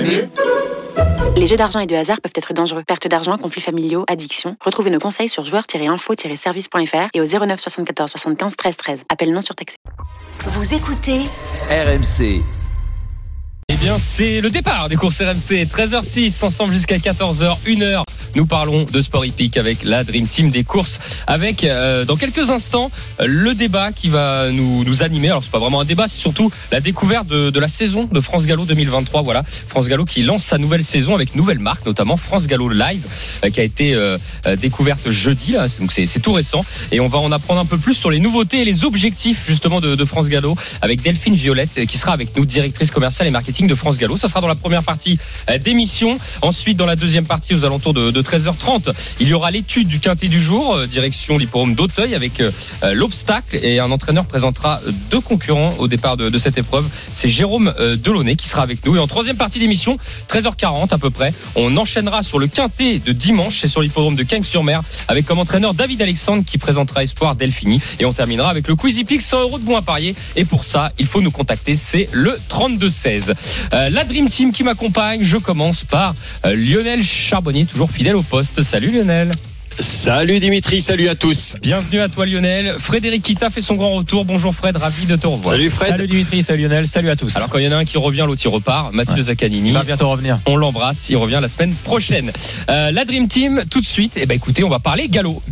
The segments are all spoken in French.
Manu. Les jeux d'argent et de hasard peuvent être dangereux. Perte d'argent, conflits familiaux, addiction. Retrouvez nos conseils sur joueurs-info-service.fr et au 09 74 75 13 13. Appel non surtaxé. Vous écoutez RMC. Eh bien, c'est le départ des courses RMC. 13h06, ensemble jusqu'à 14h, 1h. Nous parlons de sport hippique avec la Dream Team des courses. Avec, dans quelques instants, le débat qui va nous animer. Alors, c'est pas vraiment un débat, c'est surtout la découverte de la saison de France Gallo 2023. Voilà, France Gallo qui lance sa nouvelle saison avec nouvelle marque, notamment France Gallo Live, qui a été découverte jeudi. Là, donc c'est tout récent. Et on va en apprendre un peu plus sur les nouveautés et les objectifs, justement, de France Gallo avec Delphine Violette, qui sera avec nous, directrice commerciale et marketing de France Gallo. Ça sera dans la première partie d'émission. Ensuite, dans la deuxième partie, aux alentours de 13h30, il y aura l'étude du quintet du jour, direction l'hippodrome d'Auteuil avec l'obstacle, et un entraîneur présentera deux concurrents au départ de cette épreuve. C'est Jérôme Delaunay qui sera avec nous. Et en troisième partie d'émission, 13h40 à peu près, on enchaînera sur le quintet de dimanche, c'est sur l'hippodrome de Cagnes-sur-Mer, avec comme entraîneur David Alexandre qui présentera Espoir Delphini. Et on terminera avec le Quiz Hippique, 100 € de bons à parier. Et pour ça, il faut nous contacter, c'est le 32-16. La Dream Team qui m'accompagne, je commence par Lionel Charbonnier, toujours fidèle au poste. Salut Lionel. Salut Dimitri, salut à tous. Bienvenue à toi Lionel. Frédéric Kita fait son grand retour. Bonjour Fred, ravi de te revoir. Salut Fred. Salut Dimitri, salut Lionel, salut à tous. Alors quand il y en a un qui revient, l'autre il repart. Mathieu Zaccanini. Il va bientôt revenir. On l'embrasse, il revient la semaine prochaine. La Dream Team, tout de suite, écoutez, on va parler galop.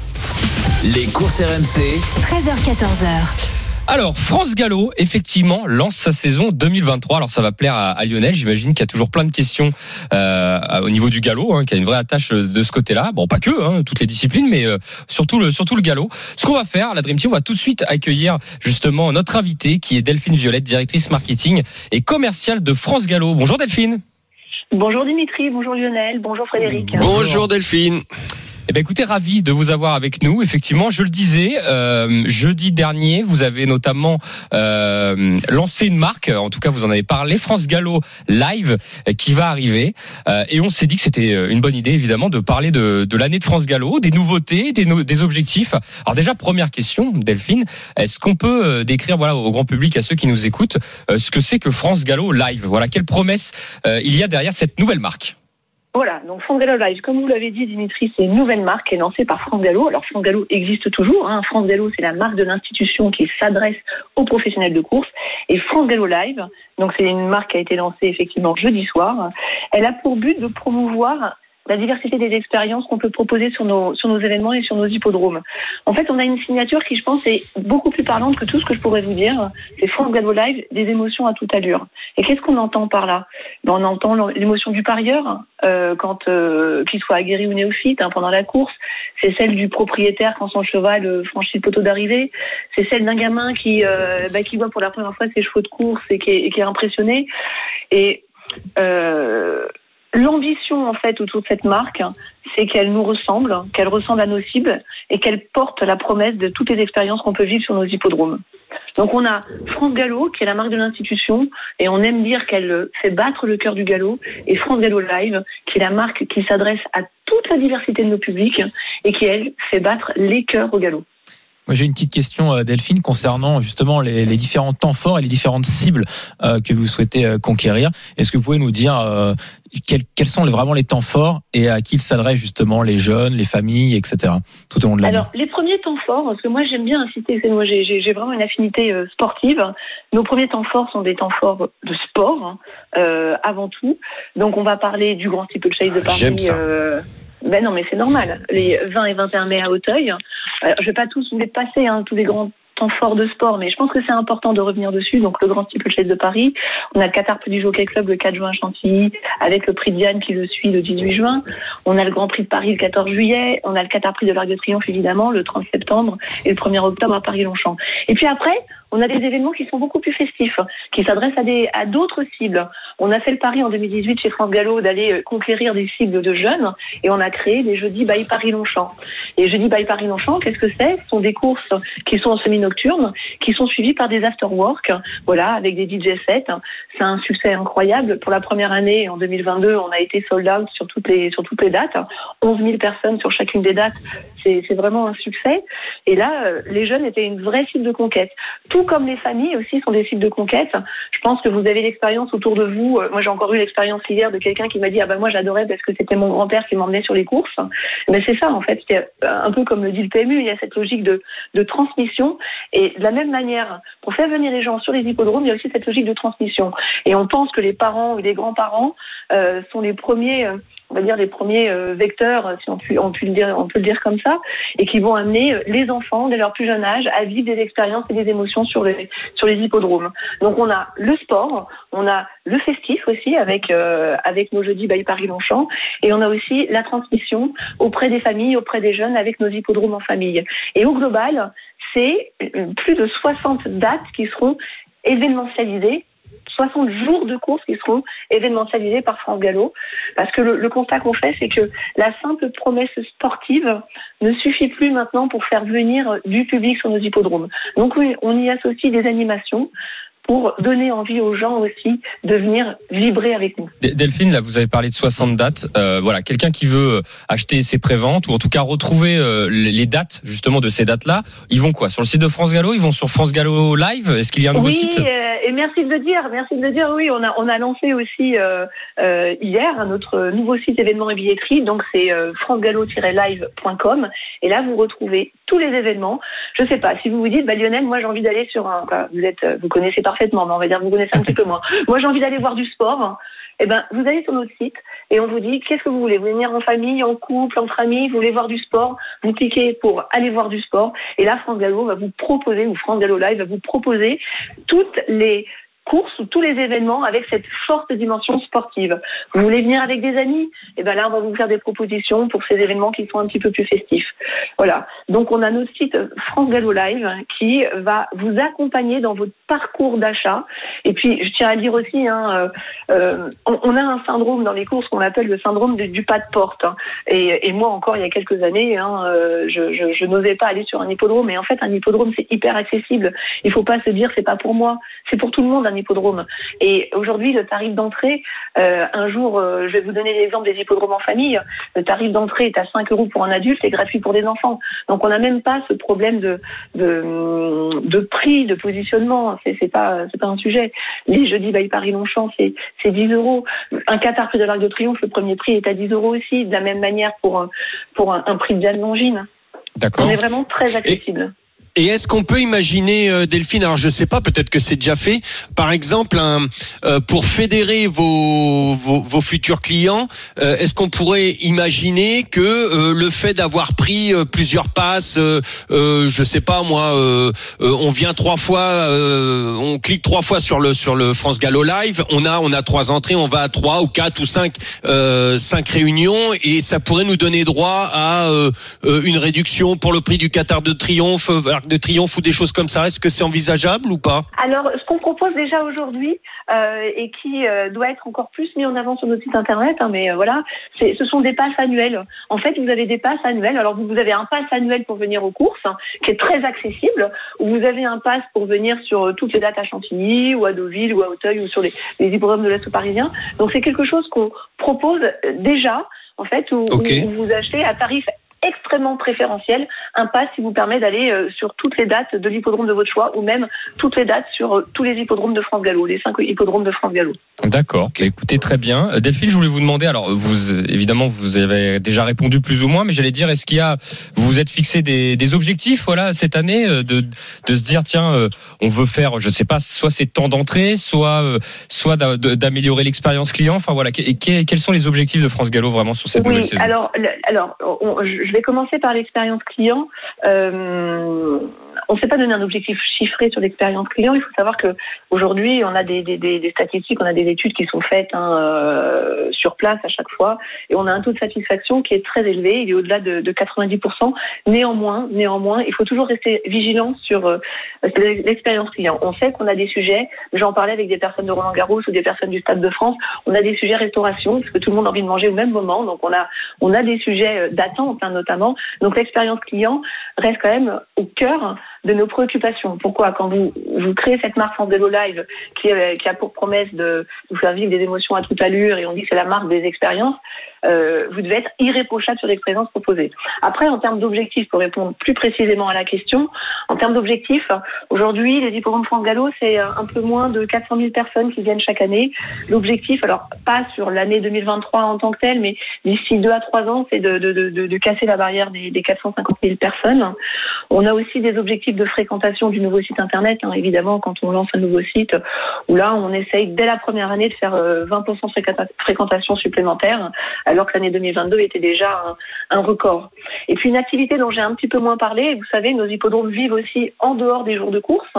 Les courses RMC. 13h-14h. Alors, France Gallo, effectivement, lance sa saison 2023. Alors, ça va plaire à Lionel. J'imagine qu'il y a toujours plein de questions au niveau du galop, qu'il y a une vraie attache de ce côté-là. Bon, pas que, toutes les disciplines, mais surtout le galop. Ce qu'on va faire, la Dream Team, on va tout de suite accueillir justement notre invitée, qui est Delphine Violette, directrice marketing et commerciale de France Gallo. Bonjour Delphine. Bonjour Dimitri, bonjour Lionel, bonjour Frédéric. Bonjour Delphine. Écoutez, ravi de vous avoir avec nous. Effectivement, je le disais, jeudi dernier, vous avez notamment lancé une marque, en tout cas vous en avez parlé, France Gallo Live, qui va arriver. Et on s'est dit que c'était une bonne idée, évidemment, de parler de l'année de France Gallo, des nouveautés, des objectifs. Alors déjà, première question, Delphine, est-ce qu'on peut décrire, au grand public, à ceux qui nous écoutent, ce que c'est que France Gallo Live? Voilà, quelle promesse il y a derrière cette nouvelle marque? Voilà, donc France Gallo Live, comme vous l'avez dit Dimitri, c'est une nouvelle marque qui est lancée par France Gallo. Alors France Gallo existe toujours, France Gallo c'est la marque de l'institution qui s'adresse aux professionnels de course. Et France Gallo Live, donc c'est une marque qui a été lancée effectivement jeudi soir. Elle a pour but de promouvoir la diversité des expériences qu'on peut proposer sur nos événements et sur nos hippodromes. En fait, on a une signature qui, je pense, est beaucoup plus parlante que tout ce que je pourrais vous dire. C'est France Gallo Live, des émotions à toute allure. Et qu'est-ce qu'on entend par là? On entend l'émotion du parieur, qu'il soit aguerri ou néophyte, pendant la course. C'est celle du propriétaire quand son cheval franchit le poteau d'arrivée. C'est celle d'un gamin qui voit pour la première fois ses chevaux de course et qui est impressionné. Et l'ambition, en fait, autour de cette marque, c'est qu'elle nous ressemble, qu'elle ressemble à nos cibles et qu'elle porte la promesse de toutes les expériences qu'on peut vivre sur nos hippodromes. Donc on a France Gallo, qui est la marque de l'institution, et on aime dire qu'elle fait battre le cœur du galop, et France Gallo Live, qui est la marque qui s'adresse à toute la diversité de nos publics et qui, elle, fait battre les cœurs au galop. Moi, j'ai une petite question, Delphine, concernant justement les différents temps forts et les différentes cibles que vous souhaitez conquérir. Est-ce que vous pouvez nous dire quels sont vraiment les temps forts et à qui ils s'adressent justement les jeunes, les familles, etc. tout au long de l'année? Alors, les premiers temps forts, parce que moi j'aime bien inciter, moi j'ai vraiment une affinité sportive. Nos premiers temps forts sont des temps forts de sport, avant tout. Donc on va parler du Grand Steeplechase de Paris. J'aime ça. Ben non, mais c'est normal. Les 20 et 21 mai à Auteuil. Alors, je vais pas tous vous les passer, tous les grands temps forts de sport, mais je pense que c'est important de revenir dessus. Donc, le Grand Steeplechase de Paris. On a le Qatar Prix du Jockey Club le 4 juin à Chantilly, avec le Prix de Diane qui le suit le 18 juin. On a le Grand Prix de Paris le 14 juillet. On a le Qatar Prix de l'Arc de Triomphe, évidemment, le 30 septembre et le 1er octobre à Paris-Longchamp. Et puis après, on a des événements qui sont beaucoup plus festifs, qui s'adressent à d'autres cibles. On a fait le pari en 2018 chez France Gallo d'aller conquérir des cibles de jeunes, et on a créé les jeudis by Paris-Longchamp. Et jeudis by Paris-Longchamp, qu'est-ce que c'est? Ce sont des courses qui sont en semi-nocturne, qui sont suivies par des after-work, avec des DJ sets. C'est un succès incroyable. Pour la première année, en 2022, on a été sold out sur toutes les dates. 11 000 personnes sur chacune des dates. C'est vraiment un succès. Et là, les jeunes étaient une vraie cible de conquête. Tout tout comme les familles aussi sont des sites de conquête. Je pense que vous avez l'expérience autour de vous. Moi, j'ai encore eu l'expérience hier de quelqu'un qui m'a dit moi j'adorais parce que c'était mon grand-père qui m'emmenait sur les courses. Mais c'est ça en fait, c'est un peu comme le dit le PMU, il y a cette logique de transmission, et de la même manière, pour faire venir les gens sur les hippodromes, il y a aussi cette logique de transmission. Et on pense que les parents ou les grands-parents sont les premiers on va dire les premiers vecteurs, si on peut le dire comme ça, et qui vont amener les enfants dès leur plus jeune âge à vivre des expériences et des émotions sur les hippodromes. Donc on a le sport, on a le festif aussi avec nos jeudis by Paris-Longchamp, et on a aussi la transmission auprès des familles, auprès des jeunes avec nos hippodromes en famille. Et au global, c'est plus de 60 dates qui seront événementialisées, 60 jours de courses qui seront événementialisés par France Gallo, parce que le constat qu'on fait, c'est que la simple promesse sportive ne suffit plus maintenant pour faire venir du public sur nos hippodromes. Donc oui, on y associe des animations pour donner envie aux gens aussi de venir vibrer avec nous. Delphine, là, vous avez parlé de 60 dates. Voilà, quelqu'un qui veut acheter ses préventes ou en tout cas retrouver les dates justement de ces dates-là, ils vont quoi? Sur le site de France Gallo? Ils vont sur France Gallo Live? Est-ce qu'il y a un nouveau site? Et merci de le dire. Oui, on a lancé aussi hier notre nouveau site événements et billetterie. Donc c'est francegallo-live.com. Et là, vous retrouvez tous les événements. Je sais pas si vous vous dites, Lionel, moi j'ai envie d'aller sur vous connaissez parfaitement, mais on va dire que vous connaissez un petit peu moins. Moi j'ai envie d'aller voir du sport. Eh ben, vous allez sur notre site et on vous dit qu'est-ce que vous voulez. Vous voulez venir en famille, en couple, entre amis, vous voulez voir du sport. Vous cliquez pour aller voir du sport. Et là, France Gallo va vous proposer, ou France Gallo Live va vous proposer toutes les courses ou tous les événements avec cette forte dimension sportive. Vous voulez venir avec des amis? Et ben là, on va vous faire des propositions pour ces événements qui sont un petit peu plus festifs. Voilà. Donc, on a notre site France Gallo Live qui va vous accompagner dans votre parcours d'achat. Et puis, je tiens à dire aussi, on a un syndrome dans les courses qu'on appelle le syndrome du pas de porte. Et moi, encore il y a quelques années, je n'osais pas aller sur un hippodrome. Mais en fait, un hippodrome, c'est hyper accessible. Il faut pas se dire, c'est pas pour moi. C'est pour tout le monde, un hippodrome. Et aujourd'hui, le tarif d'entrée, un jour, je vais vous donner l'exemple des hippodromes en famille. Le tarif d'entrée est à 5 € pour un adulte et gratuit pour des enfants. Donc, on n'a même pas ce problème de prix, de positionnement. C'est pas un sujet. Les jeudis by Paris-Longchamp, c'est 10 €. Un Qatar Prix de l'Arc de Triomphe, le premier prix est à 10 € aussi. De la même manière pour un prix de Diane Longines. D'accord. On est vraiment très accessible. Et est-ce qu'on peut imaginer, Delphine, alors je sais pas, peut-être que c'est déjà fait, par exemple, pour fédérer vos futurs clients, est-ce qu'on pourrait imaginer que le fait d'avoir pris plusieurs passes, je sais pas moi, on vient 3 fois, on clique 3 fois sur le France Gallo Live, on a 3 entrées, on va à 3 ou 4 ou 5 réunions, et ça pourrait nous donner droit à une réduction pour le prix du Qatar de Triomphe, de Triomphe ou des choses comme ça. Est-ce que c'est envisageable ou pas? Alors, ce qu'on propose déjà aujourd'hui et qui doit être encore plus mis en avant sur notre site internet, mais voilà, ce sont des passes annuelles. En fait, vous avez des passes annuelles. Alors, vous avez un pass annuel pour venir aux courses, qui est très accessible, ou vous avez un pass pour venir sur toutes les dates à Chantilly, ou à Deauville, ou à Auteuil, ou sur les hippodromes de l'Est parisien. Donc, c'est quelque chose qu'on propose déjà, en fait, où vous achetez à tarif extrêmement préférentiel un pass qui vous permet d'aller sur toutes les dates de l'hippodrome de votre choix, ou même toutes les dates sur tous les hippodromes de France Gallo, les 5 hippodromes de France Gallo. D'accord. Écoutez, très bien. Delphine, je voulais vous demander, alors vous avez déjà répondu plus ou moins, mais j'allais dire, vous vous êtes fixé des objectifs, voilà, cette année, de se dire, tiens, on veut faire, je sais pas, soit c'est temps d'entrée, soit d'améliorer l'expérience client. Enfin voilà, quels sont les objectifs de France Gallo vraiment sur cette nouvelle saison? Alors, je vais commencer par l'expérience client. On ne s'est pas donné un objectif chiffré sur l'expérience client. Il faut savoir que aujourd'hui, on a des statistiques, on a des études qui sont faites sur place à chaque fois, et on a un taux de satisfaction qui est très élevé. Il est au-delà de 90%. Néanmoins, il faut toujours rester vigilant sur l'expérience client. On sait qu'on a des sujets. J'en parlais avec des personnes de Roland-Garros ou des personnes du Stade de France. On a des sujets restauration, parce que tout le monde a envie de manger au même moment. Donc on a des sujets d'attente, notamment. Donc l'expérience client reste quand même au cœur de nos préoccupations. Pourquoi? Quand vous créez cette marque France Gallo Live qui a pour promesse de vous faire vivre des émotions à toute allure, et on dit que c'est la marque des expériences, vous devez être irréprochable sur l'expérience proposée. Après, en termes d'objectifs, pour répondre plus précisément à la question, en termes d'objectifs, aujourd'hui, les hippodromes France Gallo, c'est un peu moins de 400 000 personnes qui viennent chaque année. L'objectif, alors pas sur l'année 2023 en tant que telle, mais d'ici 2 à 3 ans, c'est de casser la barrière des 450 000 personnes. On a aussi des objectifs de fréquentation du nouveau site internet, évidemment, quand on lance un nouveau site, où là, on essaye dès la première année de faire 20% de fréquentation supplémentaire, alors que l'année 2022 était déjà un record. Et puis une activité dont j'ai un petit peu moins parlé, vous savez, nos hippodromes vivent aussi en dehors des jours de course.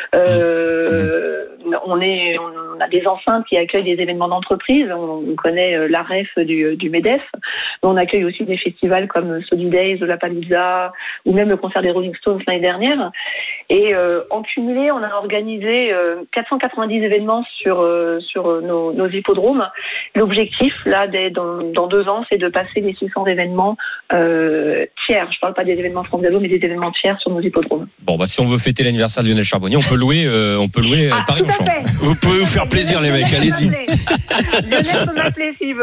On a des enceintes qui accueillent des événements d'entreprise. On connaît l'AREF du MEDEF. Mais on accueille aussi des festivals comme Solidays, Lollapalooza, ou même le concert des Rolling Stones l'année dernière. Et en cumulé, on a organisé 490 événements sur nos hippodromes. L'objectif, là, dans 2 ans, c'est de passer les 600 événements tiers. Je parle pas des événements France Gallo, mais des événements tiers sur nos hippodromes. Bon, bah si on veut fêter l'anniversaire de Lionel Charbonnier, on peut louer Paris-Longchamp. Vous pouvez vous faire plaisir, les mecs. Allez-y. Lionel peut m'appeler s'il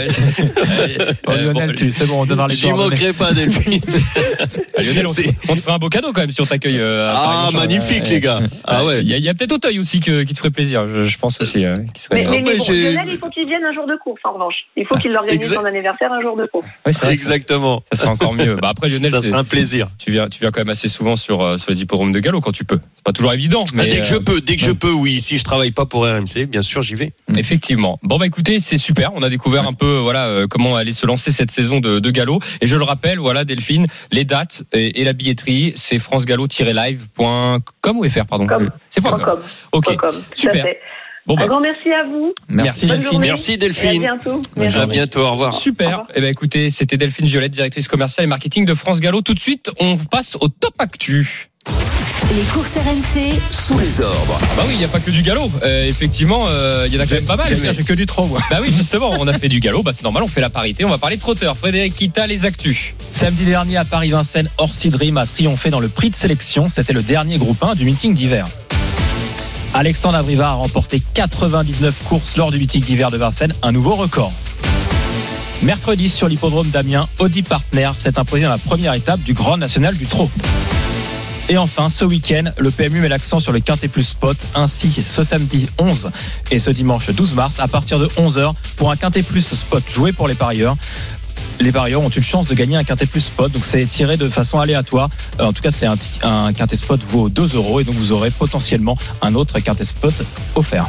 veut. Lionel, c'est bon, on donnera les J'y manquerai pas, Delphine. Lionel, on te ferait un beau cadeau quand même si on t'accueille. Magnifique, les gars. Ah ouais. Il y a peut-être Auteuil aussi qui te ferait plaisir. Je pense aussi. Mais Lionel, il faut qu'il vienne un jour de course, en revanche. Il faut qu'il organise son anniversaire un jour de course. Ouais, c'est vrai, exactement. Ça serait encore mieux. Bah après, Lionel, ça serait un plaisir. Tu viens quand même assez souvent sur les hippodromes de Gallo quand tu peux. C'est pas toujours évident. Mais dès que je peux, oui. Si je travaille pas pour RMC, bien sûr, j'y vais. Effectivement. Bon bah écoutez, c'est super. On a découvert un peu comment aller se lancer cette saison de Gallo. Et je le rappelle, Delphine, les dates et la billetterie, c'est francegallo-live.com ou fr, pardon. C'est .com. Ok. Super. Bon, un grand merci à vous. Merci Delphine. Merci Delphine. Et à bientôt. À bientôt. Au revoir. Super. Eh ben écoutez, c'était Delphine Violette, directrice commerciale et marketing de France Gallo. Tout de suite, on passe au top actu. Les courses RMC sous les ordres. Bah oui, il n'y a pas que du galop. Effectivement, il y en a quand même pas mal. J'ai que du trot, moi. Bah oui, justement, on a fait du galop. Bah c'est normal, on fait la parité. On va parler trotteur. Frédéric Kita, les actus. Samedi dernier à Paris-Vincennes, Orsi Dream a triomphé dans le prix de sélection. C'était le dernier groupe 1 du meeting d'hiver. Alexandre Avrivard a remporté 99 courses lors du meeting d'hiver de Vincennes, un nouveau record. Mercredi, sur l'hippodrome d'Amiens, Audi Partner s'est imposé dans la première étape du Grand National du Trot. Et enfin, ce week-end, le PMU met l'accent sur le Quintet Plus Spot, ainsi ce samedi 11 et ce dimanche 12 mars, à partir de 11h, pour un Quintet Plus Spot joué pour les parieurs. Les parieurs ont une chance de gagner un Quintet Plus Spot, donc c'est tiré de façon aléatoire. En tout cas, c'est un Quintet Spot vaut 2 € et donc vous aurez potentiellement un autre Quintet Spot offert.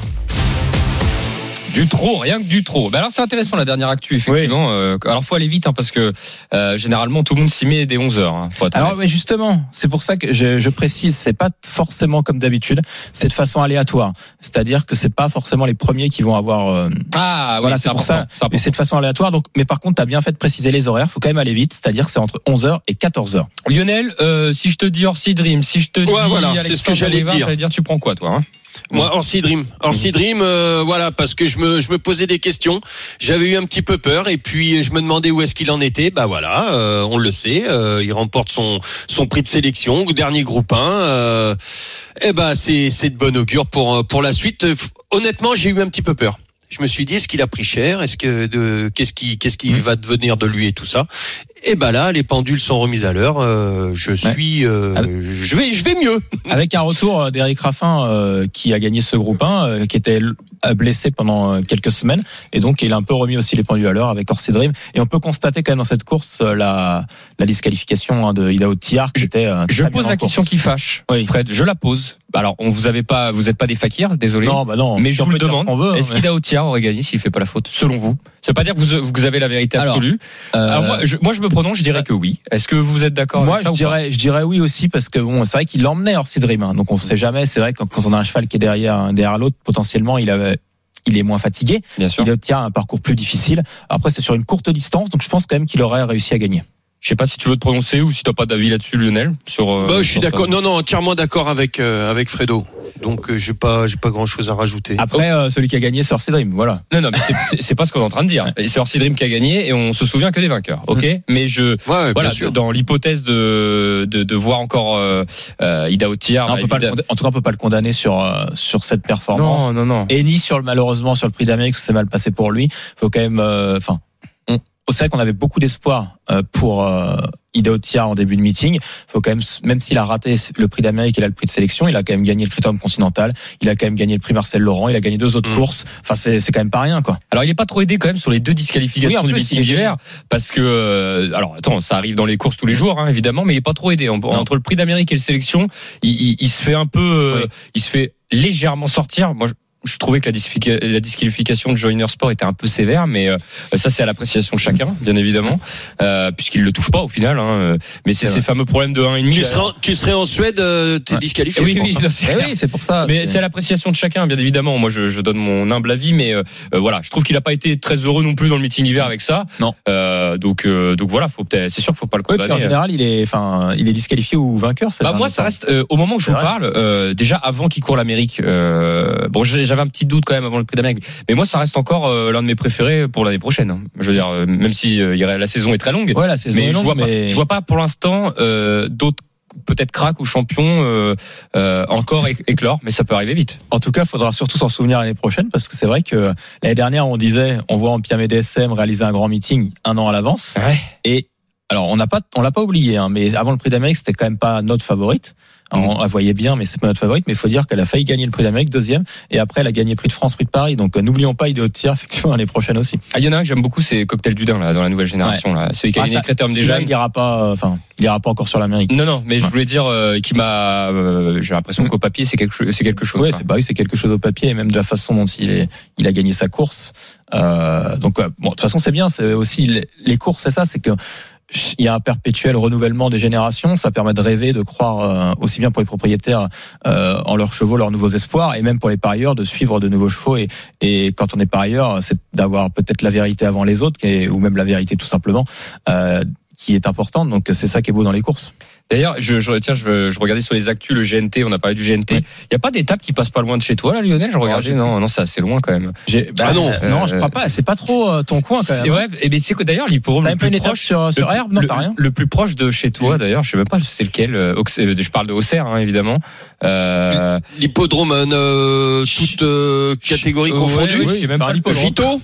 Du trot, rien que du trot. Alors c'est intéressant la dernière actu, effectivement. Oui. Alors faut aller vite parce que généralement tout le monde s'y met dès 11h. Alors oui, justement, c'est pour ça que je précise, c'est pas forcément comme d'habitude, c'est de façon aléatoire. C'est-à-dire que c'est pas forcément les premiers qui vont avoir. Voilà, c'est pour ça. Mais c'est de façon aléatoire. Donc, mais par contre, t'as bien fait de préciser les horaires. Faut quand même aller vite. C'est-à-dire que c'est entre 11h et 14h. Lionel, si je te dis Orsi Dream, si je te dis c'est ce que j'allais dire. Tu prends quoi, toi? Moi, Orsi Dream, voilà, parce que je me posais des questions. J'avais eu un petit peu peur et puis je me demandais où est-ce qu'il en était. Bah voilà, on le sait, il remporte son prix de sélection, dernier groupe 1. C'est de bon augure pour la suite. Honnêtement, j'ai eu un petit peu peur. Je me suis dit, est-ce qu'il a pris cher? Qu'est-ce qui va devenir de lui et tout ça? Et là, les pendules sont remises à l'heure. Je vais mieux. Avec un retour d'Éric Raffin qui a gagné ce groupe 1, qui était blessé pendant quelques semaines, et donc il a un peu remis aussi les pendules à l'heure avec Orsi Dream. Et on peut constater quand même dans cette course la disqualification de Idaho Tiar, qui était. Je pose la question qui fâche, Fred. Je la pose. Alors, vous êtes pas des fakirs, désolé. Non. Mais je vous le demande. Est-ce qu'Idaho Tiar aurait gagné s'il fait pas la faute, selon vous? Ça veut pas dire que vous avez la vérité absolue. Alors moi, je me prononce, je dirais que oui. Est-ce que vous êtes d'accord avec ça? Je dirais oui aussi, parce que c'est vrai qu'il l'emmenait Orsi Dream. Donc on sait jamais. C'est vrai que quand on a un cheval qui est derrière l'autre, potentiellement il est moins fatigué. Bien sûr. Il obtient un parcours plus difficile. Après, c'est sur une courte distance, donc je pense quand même qu'il aurait réussi à gagner. Je sais pas si tu veux te prononcer ou si t'as pas d'avis là-dessus, Lionel. Je suis d'accord. Non, entièrement d'accord avec Fredo. Donc j'ai pas grand-chose à rajouter. Après, celui qui a gagné, c'est Orsi Dream. Voilà. Non, mais c'est pas ce qu'on est en train de dire. C'est Orsi Dream qui a gagné et on se souvient que des vainqueurs. Ok. Mais voilà, dans l'hypothèse de voir encore Idaho Tiar. En tout cas, on peut pas le condamner sur cette performance. Non. Et ni malheureusement sur le Prix d'Amérique où c'est mal passé pour lui. Faut quand même. c'est vrai qu'on avait beaucoup d'espoir pour Ido Tia en début de meeting. Faut quand même s'il a raté le prix d'Amérique et là le prix de sélection, il a quand même gagné le Critérium Continental, il a quand même gagné le prix Marcel Laurent, il a gagné 2 autres courses. Enfin, c'est quand même pas rien, quoi. Alors, il est pas trop aidé quand même sur les 2 disqualifications du meeting d'hiver, parce que alors attends, ça arrive dans les courses tous les jours, hein, évidemment, mais il est pas trop aidé entre le prix d'Amérique et le sélection. Il se fait un peu, il se fait légèrement sortir. Moi, je trouvais que la disqualification de Joyner Sport était un peu sévère, mais ça c'est à l'appréciation de chacun, bien évidemment, puisqu'il le touche pas au final. Hein, mais c'est ces fameux problèmes de 1,5. Tu serais en Suède, t'es disqualifié. Oui, je pense, c'est pour ça. Mais c'est à l'appréciation de chacun, bien évidemment. Moi, je donne mon humble avis, mais voilà, je trouve qu'il a pas été très heureux non plus dans le meeting hiver avec ça. Non. Donc voilà, c'est sûr qu'il faut pas le condamner. En général, il est disqualifié ou vainqueur. Moi, ça reste au moment où je vous parle. Déjà avant qu'il court l'Amérique. Bon, j'avais un petit doute quand même avant le prix d'Amérique, mais moi ça reste encore l'un de mes préférés pour l'année prochaine, hein. Je veux dire, même si la saison est très longue, la saison est longue, je vois pas pour l'instant d'autres peut-être crack ou champion encore éclore, mais ça peut arriver vite. En tout cas, il faudra surtout s'en souvenir l'année prochaine, parce que c'est vrai que l'année dernière on disait on voit Empire DSM réaliser un grand meeting 1 an à l'avance, et alors on l'a pas oublié, hein, mais avant le prix d'Amérique c'était quand même pas notre favorite. On la voyait bien, mais c'est pas notre favorite. Mais il faut dire qu'elle a failli gagner le prix d'Amérique 2e, et après elle a gagné le prix de France, prix de Paris. Donc n'oublions pas Ido Tia, effectivement, l'année prochaine aussi. Il y en a un que j'aime beaucoup, c'est Cocktail du Dain là, dans la nouvelle génération là. Celui qui a gagné le Critérium des Jeunes. Il ira pas encore sur l'Amérique. Non, mais je voulais dire j'ai l'impression qu'au papier c'est quelque chose. Oui, c'est quelque chose au papier, et même de la façon dont il a gagné sa course. Donc de toute façon c'est bien. C'est aussi les courses, c'est ça, c'est que il y a un perpétuel renouvellement des générations. Ça permet de rêver, de croire aussi bien pour les propriétaires en leurs chevaux, leurs nouveaux espoirs, et même pour les parieurs de suivre de nouveaux chevaux. Et quand on est parieur, c'est d'avoir peut-être la vérité avant les autres, ou même la vérité tout simplement, qui est importante. Donc c'est ça qui est beau dans les courses. D'ailleurs, je regardais sur les actus le GNT, on a parlé du GNT. Il y a pas d'étape qui passe pas loin de chez toi là, Lionel? Je regardais. Non, c'est assez loin quand même. Non, je crois pas. C'est pas trop ton coin quand même. C'est vrai. Et bien c'est que d'ailleurs l'hippodrome le plus proche sur Herbe, non, t'as rien. Le plus proche de chez toi d'ailleurs, je sais même pas c'est lequel. Je parle de Auxerre, hein, évidemment. L'hippodrome, toute catégorie confondue. Oui, même pas Vito.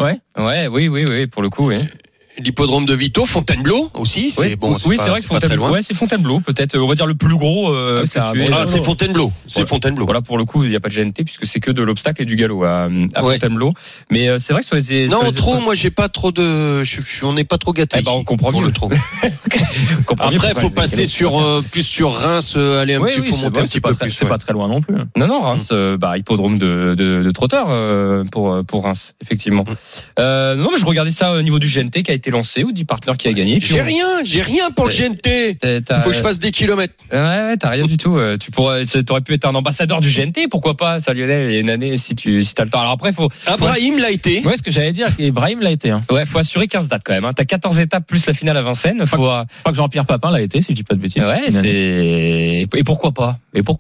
Oui, pour le coup, oui. L'hippodrome de Vito, Fontainebleau aussi, c'est bon. Oui, c'est vrai que Fontainebleau. Ouais, c'est Fontainebleau, peut-être. On va dire le plus gros. C'est Fontainebleau. C'est Fontainebleau. Voilà, pour le coup, il n'y a pas de GNT puisque c'est que de l'obstacle et du galop à Fontainebleau. Mais c'est vrai que sur les moi j'ai pas trop de. On n'est pas trop gâtés. On comprend mieux le trop. Après, faut passer plus sur Reims. Aller un petit, faut monter un petit peu plus. C'est pas très loin non plus. Non, Reims, hippodrome de trotteur pour Reims, effectivement. Non, mais je regardais ça au niveau du GNT qui a été lancé, ou du partenaire qui a gagné. J'ai rien pour le GNT. Il faut que je fasse des kilomètres. Ouais, t'as rien du tout. T'aurais pu être un ambassadeur du GNT, pourquoi pas, ça, Lionel, il y a une année, si t'as le temps. Alors après, Brahim l'a été. Ouais, ce que j'allais dire, Brahim l'a été, hein. Ouais, faut assurer 15 dates quand même, hein. T'as 14 étapes plus la finale à Vincennes. Je crois que Jean-Pierre Papin l'a été, si je dis pas de bêtises. Ouais, et pourquoi pas?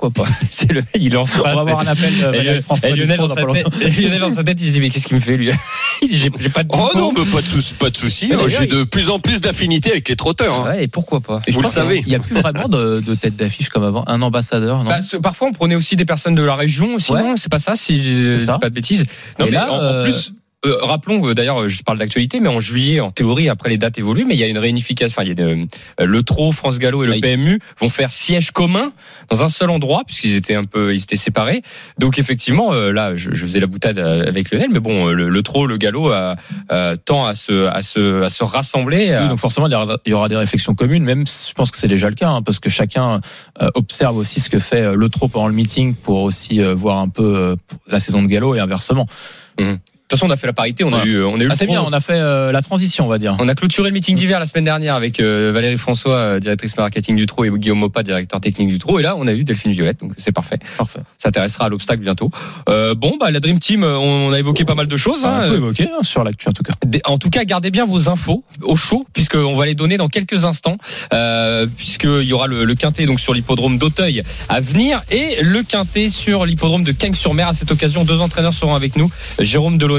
Il lance. On va avoir un appel de Valérie François. Lionel dans sa tête, il se dit, mais qu'est-ce qu'il me fait, lui? J'ai pas de dispo. Oh non, mais pas de souci. J'ai de plus en plus d'affinité avec les trotteurs. Hein. Ouais, et pourquoi pas? Vous le savez. Il n'y a plus vraiment de tête d'affiche comme avant. Un ambassadeur, non? Parfois, on prenait aussi des personnes de la région aussi, non? C'est pas ça, si je dis pas de bêtises. Non, mais là, en plus. Rappelons, d'ailleurs, je parle d'actualité, mais en juillet, en théorie, après les dates évoluent, mais il y a une réunification. Enfin, il y a le TRO, France Gallo et le PMU vont faire siège commun dans un seul endroit, puisqu'ils étaient séparés. Donc effectivement, là, je faisais la boutade avec Lionel, mais bon, le TRO, le Gallo tend à se rassembler. Oui, donc forcément, il y aura des réflexions communes. Même, je pense que c'est déjà le cas, hein, parce que chacun observe aussi ce que fait le TRO pendant le meeting pour aussi voir un peu la saison de Gallo et inversement. De toute façon, on a fait la parité, on a eu c'est bien, on a fait la transition, on va dire. On a clôturé le meeting d'hiver la semaine dernière avec Valérie François, directrice marketing du TRO, et Guillaume Mopat, directeur technique du TRO. Et là, on a eu Delphine Violette, donc c'est parfait. Ça intéressera à l'obstacle bientôt. La Dream Team, on a évoqué pas mal de choses. On peut évoquer sur l'actu en tout cas. En tout cas, gardez bien vos infos au chaud, puisqu'on va les donner dans quelques instants, puisqu'il y aura le quintet donc sur l'hippodrome d'Auteuil à venir et le quintet sur l'hippodrome de Cagnes-sur-Mer. À cette occasion, 2 entraîneurs seront avec nous, Jérôme Delaunay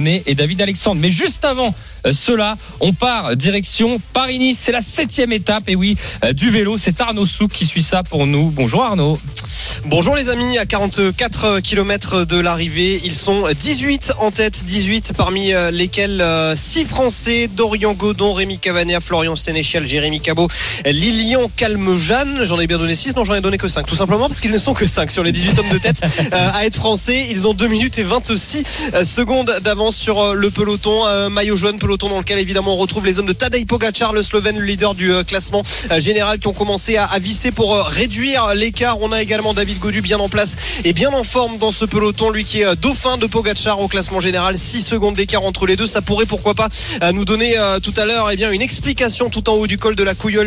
Delaunay et David Alexandre. Mais juste avant cela, on part direction Paris-Nice. C'est la 7e étape, et oui, du vélo. C'est Arnaud Souk qui suit ça pour nous. Bonjour Arnaud. Bonjour les amis, à 44 km de l'arrivée, ils sont 18 en tête, 18 parmi lesquels 6 Français, Dorian Godon, Rémi Cavanet, Florian Sénéchal, Jérémy Cabot, Lilian Calmejane. J'en ai bien donné 6, non j'en ai donné que 5, tout simplement parce qu'ils ne sont que 5 sur les 18 hommes de tête à être français. Ils ont 2 minutes et 26 secondes d'avance sur le peloton, maillot jaune, peloton dans lequel évidemment on retrouve les hommes de Tadej Pogačar, le Slovène, le leader du classement général, qui ont commencé à visser pour réduire l'écart. On a également David Gaudu bien en place et bien en forme dans ce peloton, lui qui est dauphin de Pogačar au classement général. 6 secondes d'écart entre les deux, ça pourrait pourquoi pas nous donner tout à l'heure une explication tout en haut du col de la Couilleule,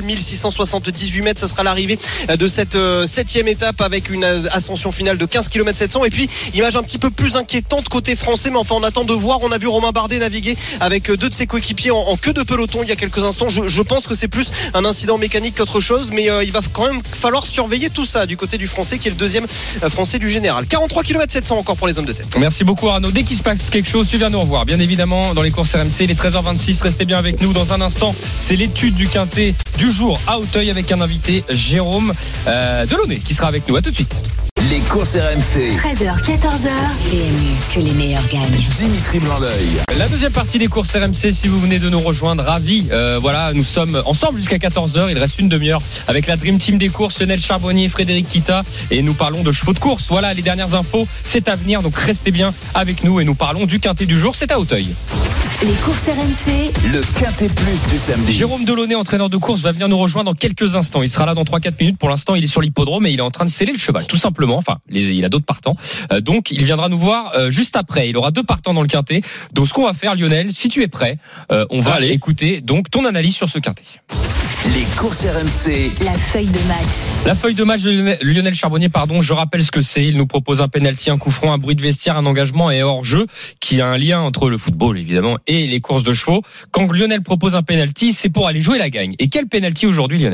1678 mètres. Ce sera l'arrivée de cette 7e étape avec une ascension finale de 15 km 700. Et puis image un petit peu plus inquiétante côté français, mais enfin on attend de voir. On a vu Romain Bardet naviguer avec 2 de ses coéquipiers en queue de peloton il y a quelques instants. Je pense que c'est plus un incident mécanique qu'autre chose, mais il va quand même falloir surveiller tout ça du côté du français qui est le 2e français du général. 43 km 700 encore pour les hommes de tête. Merci beaucoup Arnaud. Dès qu'il se passe quelque chose, tu viens nous revoir. Bien évidemment, dans les courses RMC, il est 13h26. Restez bien avec nous. Dans un instant, c'est l'étude du quintet du jour à Auteuil avec un invité, Jérôme Delaunay, qui sera avec nous. À tout de suite. Les courses RMC. 13h, 14h. PMU, que les meilleurs gagnent. Dimitri Blanc-L'œil. La deuxième partie des courses RMC, si vous venez de nous rejoindre, ravi. Voilà, nous sommes ensemble jusqu'à 14h. Il reste une demi-heure avec la Dream Team des courses, Lionel Charbonnier, Frédéric Kita, et nous parlons de chevaux de course. Voilà, les dernières infos, c'est à venir, donc restez bien avec nous et nous parlons du quintet du jour. C'est à Auteuil. Les courses RMC. Le quintet plus du samedi. Jérôme Delaunay, entraîneur de course, va venir nous rejoindre dans quelques instants. Il sera là dans 3-4 minutes. Pour l'instant, il est sur l'hippodrome et il est en train de sceller le cheval, tout simplement. Enfin, il a d'autres partants. Donc, il viendra nous voir juste après. Il aura 2 partants dans le quintet. Donc, ce qu'on va faire, Lionel, si tu es prêt, on va écouter donc ton analyse sur ce quintet. Les courses RMC. La feuille de match. La feuille de match de Lionel Charbonnier, je rappelle ce que c'est. Il nous propose un penalty, un coup franc, un bruit de vestiaire, un engagement et hors-jeu, qui a un lien entre le football, évidemment, et les courses de chevaux. Quand Lionel propose un penalty, c'est pour aller jouer la gagne. Et quel penalty aujourd'hui, Lionel ?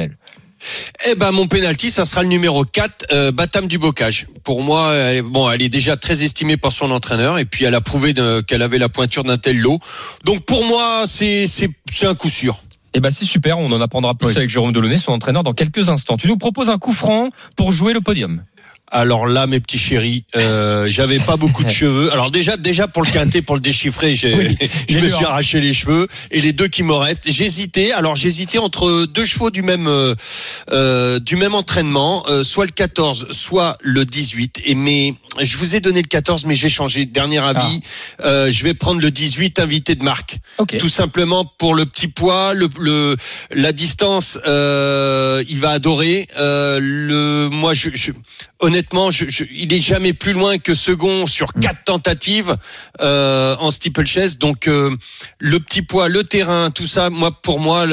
Mon penalty, ça sera le numéro 4, Batam du Bocage. Pour moi, elle est déjà très estimée par son entraîneur et puis elle a prouvé qu'elle avait la pointure d'un tel lot. Donc pour moi, c'est un coup sûr. C'est super, on en apprendra plus avec Jérôme Delaunay, son entraîneur, dans quelques instants. Tu nous proposes un coup franc pour jouer le podium. Alors là, mes petits chéris, j'avais pas beaucoup de cheveux. Alors déjà pour le quintet, pour le déchiffrer, je me suis arraché les cheveux et les 2 qui me restent. J'hésitais entre 2 chevaux du même entraînement, soit le 14, soit le 18. Mais je vous ai donné le 14, mais j'ai changé. Dernier avis, je vais prendre le 18, invité de marque. Okay. Tout simplement pour le petit poids, la distance, il va adorer. Moi, honnêtement, il est jamais plus loin que second sur 4 tentatives en steeplechase. Donc le petit poids, le terrain, tout ça, pour moi,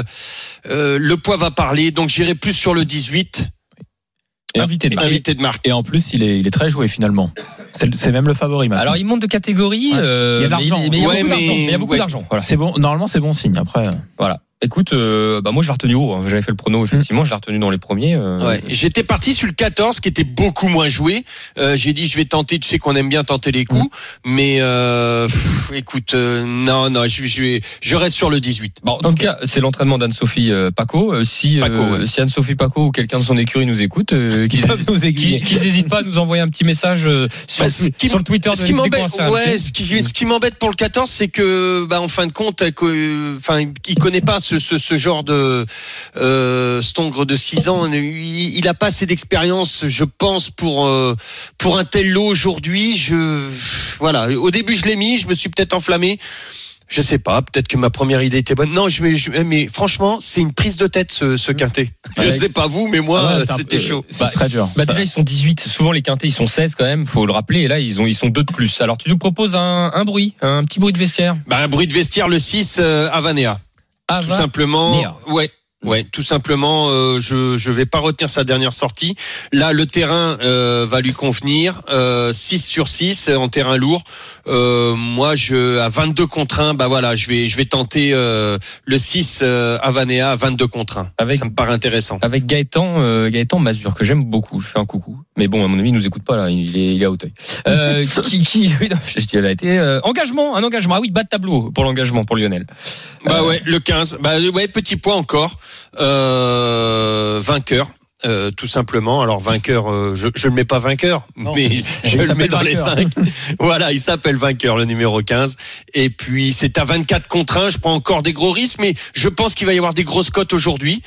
le poids va parler. Donc j'irai plus sur le 18. Invité de marque. Et en plus, il est très joué finalement. C'est même le favori maintenant. Alors il monte de catégorie. Il y a de l'argent. Il y a beaucoup d'argent. Voilà. C'est bon. Normalement, c'est bon signe. Après. Voilà. Écoute, moi je l'ai retenu haut. J'avais fait le prono, effectivement, je l'ai retenu dans les premiers. J'étais parti sur le 14 qui était beaucoup moins joué. J'ai dit je vais tenter. Tu sais qu'on aime bien tenter les coups, mais écoute, non, je reste sur le 18. Bon, en tout cas, c'est l'entraînement d'Anne-Sophie Paco. Si Anne-Sophie Paco ou quelqu'un de son écurie nous écoute, qu'ils n'hésitent pas à nous envoyer un petit message sur le Twitter de ce qui m'embête pour le 14, c'est que en fin de compte, il connaît pas ce genre de Stongre de 6 ans, il a pas assez d'expérience, je pense, pour un tel lot aujourd'hui. Au début je l'ai mis, je me suis peut-être enflammé. Je sais pas, peut-être que ma première idée était bonne. Non, mais franchement, c'est une prise de tête ce quintet. Je sais pas vous, mais moi, c'était chaud. C'est très dur. Déjà, ils sont 18. Souvent, les quintets, ils sont 16 quand même. Faut le rappeler. Et là, ils sont 2 de plus. Alors, tu nous proposes un petit bruit de vestiaire. Un bruit de vestiaire, le 6, Avanea. Tout simplement. Ouais. Ouais, tout simplement, je vais pas retenir sa dernière sortie. Là, le terrain va lui convenir. 6 sur 6 en terrain lourd. Moi, à 22 contre 1, bah voilà, je vais tenter le 6 Avanea à 22 contre 1. Ça me paraît intéressant. Avec Gaëtan Mazur, que j'aime beaucoup. Je fais un coucou. Mais bon, à mon avis, il nous écoute pas là. Il est à Auteuil. Je dis la vérité. Un engagement. Ah oui, bas de tableau pour l'engagement pour Lionel. Bah ouais, le 15. Bah ouais, petit point encore. Vainqueur. Tout simplement. Alors vainqueur, je le mets pas vainqueur, mais je le mets dans les 5. Voilà, il s'appelle vainqueur, le numéro 15. Et puis c'est à 24 contre 1. Je prends encore des gros risques, mais je pense qu'il va y avoir des grosses cotes aujourd'hui.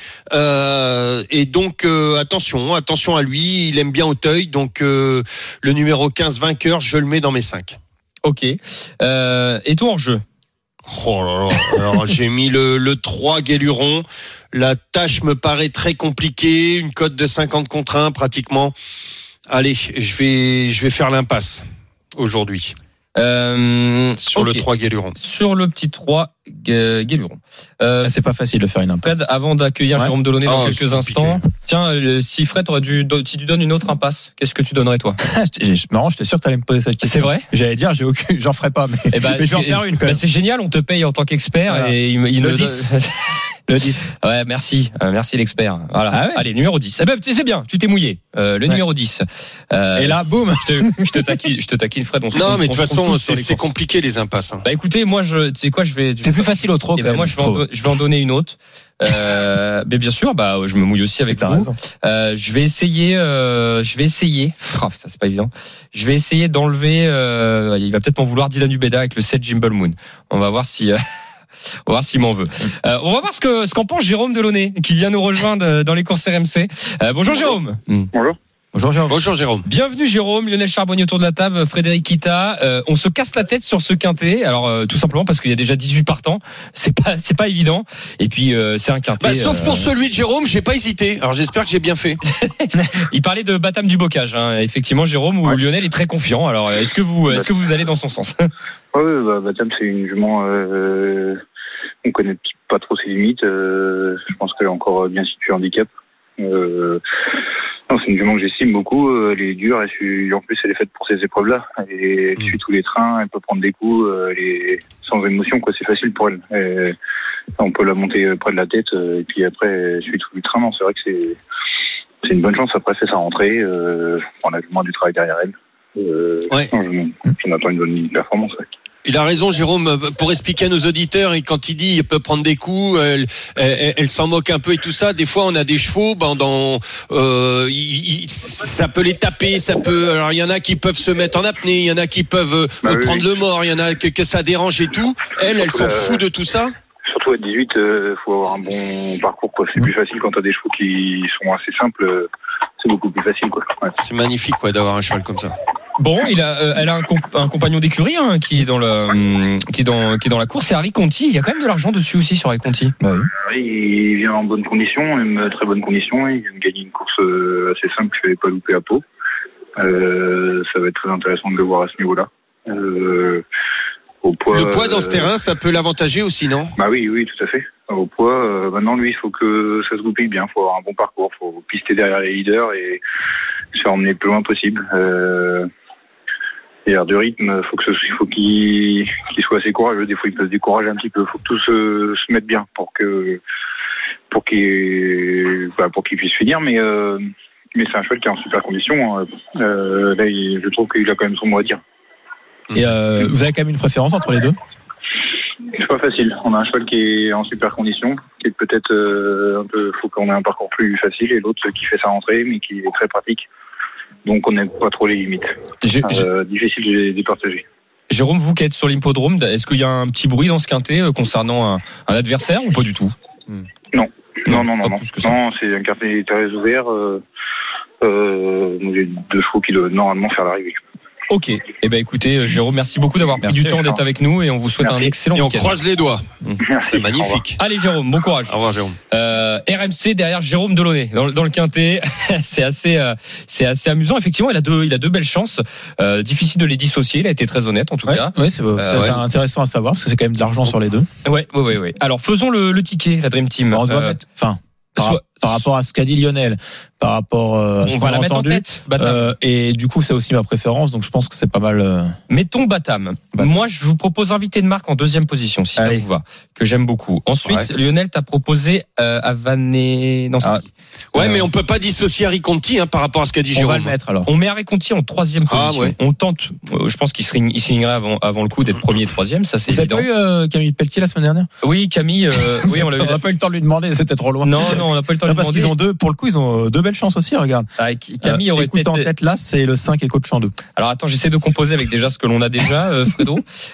Et donc attention à lui. Il aime bien Auteuil, donc le numéro 15 vainqueur, je le mets dans mes 5. Ok. Et toi en jeu? Oh là là. Alors j'ai mis le 3 Guéluron. La tâche me paraît très compliquée, une cote de 50 contre 1 pratiquement. Allez, je vais faire l'impasse aujourd'hui. Sur le 3 Guéluron. Sur le petit 3 Guéluron. C'est pas facile de faire une impasse. Avant d'accueillir Jérôme Delaunay dans quelques instants. Tiens, si Fred si tu donnes une autre impasse, qu'est-ce que tu donnerais toi? Marrant, j'étais sûr que tu allais me poser cette question. C'est vrai? J'allais dire, j'en ferai pas, mais je vais en faire une quand même. C'est génial, on te paye en tant qu'expert. Voilà. Et il le 10. Le 10. Ouais, merci l'expert. Voilà. Ah ouais. Allez, numéro 10. C'est bien, tu t'es mouillé. Numéro 10. Et là, boum. Je te taquine Fred. Non, mais de toute façon, c'est compliqué les impasses. Bah écoutez, moi tu sais quoi, c'est plus facile au trop. Moi je vais en donner une autre. Mais bien sûr, je me mouille aussi avec vous. Je vais essayer. Ça c'est pas évident. Je vais essayer d'enlever. Il va peut-être m'en vouloir Dylan Ubeda avec le 7 Jimble Moon. On va voir si. On va voir s'il m'en veut. On va voir ce qu'en pense Jérôme Delaunay, qui vient nous rejoindre dans les courses RMC. Bonjour Jérôme. Bonjour. Bonjour Jérôme. Bienvenue Jérôme, Lionel Charbonnier autour de la table, Frédéric Kita. On se casse la tête sur ce quintet. Alors tout simplement parce qu'il y a déjà 18 partants. C'est pas évident. Et puis c'est un quintet. Sauf pour celui de Jérôme, j'ai pas hésité. Alors j'espère que j'ai bien fait. Il parlait de Batam du Bocage, hein. Effectivement Jérôme, où Lionel est très confiant. Alors est-ce que vous allez dans son sens? Ouais, Batam c'est une jument. On connaît pas trop ses limites. Je pense qu'elle est encore bien située handicap. Non, c'est une jument que j'estime beaucoup. Elle est dure et en plus elle est faite pour ces épreuves-là. Elle suit tous les trains, elle peut prendre des coups, elle est sans émotion, quoi. C'est facile pour elle. On peut la monter près de la tête et puis après elle suit tous les trains. Non, c'est vrai que c'est une bonne chance. Après c'est sa rentrée. On a vraiment du travail derrière elle. J'en attends une bonne performance. Ouais. Il a raison, Jérôme, pour expliquer à nos auditeurs, et quand il dit il peut prendre des coups, elle s'en moque un peu et tout ça. Des fois, on a des chevaux, ça peut les taper, alors il y en a qui peuvent se mettre en apnée, il y en a qui peuvent prendre le mort, il y en a que ça dérange et tout. Elle s'en fout de tout ça. Surtout à 18, faut avoir un bon parcours, quoi. C'est plus facile quand t'as des chevaux qui sont assez simples. C'est beaucoup plus facile, quoi. Ouais. C'est magnifique, d'avoir un cheval comme ça. Bon, elle a un compagnon d'écurie qui est dans la course, c'est Harry Conti. Il y a quand même de l'argent dessus aussi sur Harry Conti. Oui, il vient en bonne condition, même très bonne condition. Il vient de gagner une course assez simple, je ne vais pas louper à Pau. Ça va être très intéressant de le voir à ce niveau-là. Au poids, le poids dans ce terrain, ça peut l'avantager aussi, non? Oui, tout à fait. Au poids, maintenant lui, il faut que ça se goupille bien. Il faut avoir un bon parcours, il faut pister derrière les leaders et se faire emmener le plus loin possible. Et du rythme, il faut qu'il soit assez courageux. Des fois, il peut se décourager un petit peu. Il faut que tout se mette bien pour qu'il puisse finir. Mais c'est un cheval qui est en super condition. Là, je trouve qu'il a quand même son mot à dire. Et vous avez quand même une préférence entre les deux? C'est pas facile. On a un cheval qui est en super condition, qui est peut-être un peu. Faut qu'on ait un parcours plus facile, et l'autre qui fait sa rentrée, mais qui est très pratique. Donc on n'aime pas trop les limites. Difficile de les départager. Jérôme, vous qui êtes sur l'hippodrome, est-ce qu'il y a un petit bruit dans ce quintet concernant un adversaire ou pas du tout? Non, c'est un quintet très ouvert. J'ai 2 chevaux qui doivent normalement faire l'arrivée. Ok. Eh ben écoutez, Jérôme, merci beaucoup d'avoir pris du temps d'être avec nous et on vous souhaite un excellent Et on week-end. croise les doigts. Merci. C'est magnifique. Allez Jérôme, bon courage. Au revoir Jérôme. RMC derrière Jérôme Delaunay dans le quintet. c'est assez amusant. Effectivement, il a deux belles chances. Difficile de les dissocier. Il a été très honnête en tout cas. Oui, c'est intéressant à savoir parce que c'est quand même de l'argent sur les deux. Ouais. Alors faisons le ticket, la Dream Team. On doit mettre, par rapport à ce qu'a dit Lionel, par rapport à ce on qu'on va la mettre entendu, en tête. Batam. Et du coup, c'est aussi ma préférence, donc je pense que c'est pas mal. Mettons Batam. Moi, je vous propose invité de marque en deuxième position, si Allez. ça vous va, que j'aime beaucoup. Ensuite, Lionel t'a proposé Avané. Non, Ouais, mais on peut pas dissocier Harry Conti par rapport à ce qu'a dit On Jérôme. va le mettre alors. on met Harry Conti en troisième position. ouais. On tente. Je pense qu'il signerait avant le coup d'être premier et troisième. Ça, c'est Vous avez évident. pas eu Camille Pelletier la semaine dernière? Oui, Camille. Oui, on l'a eu. n'a pas eu le temps de lui demander, c'était trop loin. Non, on n'a pas eu le temps de Non, lui parce qu'ils demander. ils ont deux belles chances aussi, regarde. Camille aurait écoute, en peut-être. tête là, c'est le 5 et coach en 2. Alors attends, j'essaie de composer avec déjà ce que l'on a déjà, Fredo.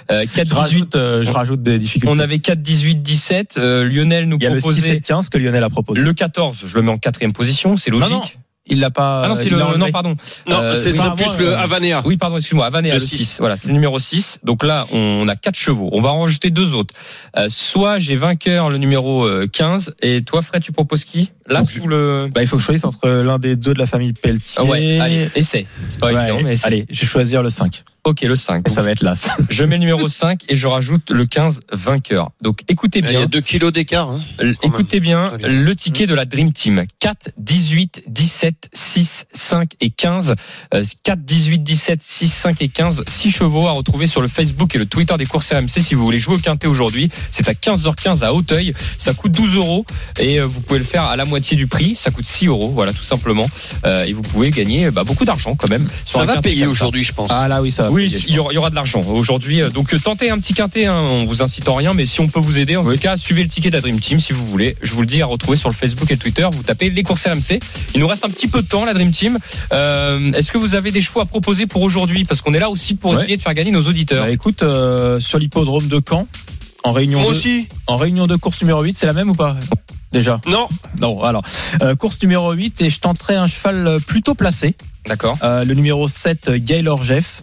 4-18. Je rajoute des difficultés. On avait 4-18-17. Lionel nous Il y a le 6 et proposait le 15 que Lionel a proposé. le 14. Je le mets en quatrième position. C'est logique. Non. Il l'a pas. Ah non, c'est il l'a enlevé. non, pardon. Non, c'est plus le Havanea. Oui, pardon, excuse-moi, Avanéa, le 6. Voilà, c'est le numéro 6. Donc là, on a 4 chevaux. On va en rajouter 2 autres. Soit j'ai vainqueur le numéro 15 et toi, Fred, tu proposes qui? Là, sous le... Il faut que je choisisse entre l'un des deux de la famille Pelletier. Ah ouais, allez, essaie. C'est pas évident, mais essaie. Allez, je vais choisir le 5. Ok, le 5. Et ça va être l'As. Je mets le numéro 5 et je rajoute le 15 vainqueur. Donc écoutez bien. Il y a 2 kilos d'écart. Écoutez bien le ticket de la Dream Team. 4, 18, 17, 6, 5 et 15. 4, 18, 17, 6, 5 et 15. 6 chevaux à retrouver sur le Facebook et le Twitter des courses RMC si vous voulez jouer au quintet aujourd'hui. C'est à 15h15 à Auteuil. Ça coûte 12 € et vous pouvez le faire à la moitié du prix. Ça coûte 6 €. Voilà, tout simplement. Et vous pouvez gagner beaucoup d'argent quand même. Ça va payer aujourd'hui, je pense. Ah là, oui, ça va. Oui, il y aura de l'argent aujourd'hui. Donc tentez un petit quintet, on vous incite en rien, mais si on peut vous aider, en tout cas, suivez le ticket de la Dream Team si vous voulez. Je vous le dis, à retrouver sur le Facebook et le Twitter. Vous tapez les courses RMC. Il nous reste un petit peu de temps, la Dream Team. Est-ce que vous avez des chevaux à proposer pour aujourd'hui? Parce qu'on est là aussi pour essayer de faire gagner nos auditeurs. Écoute, sur l'hippodrome de Caen, en réunion Moi 2, aussi. en réunion 2, course numéro 8, c'est la même ou pas? Déjà? Non, alors. Course numéro 8 et je tenterai un cheval plutôt placé. D'accord. Le numéro 7, Gaylor Jeff,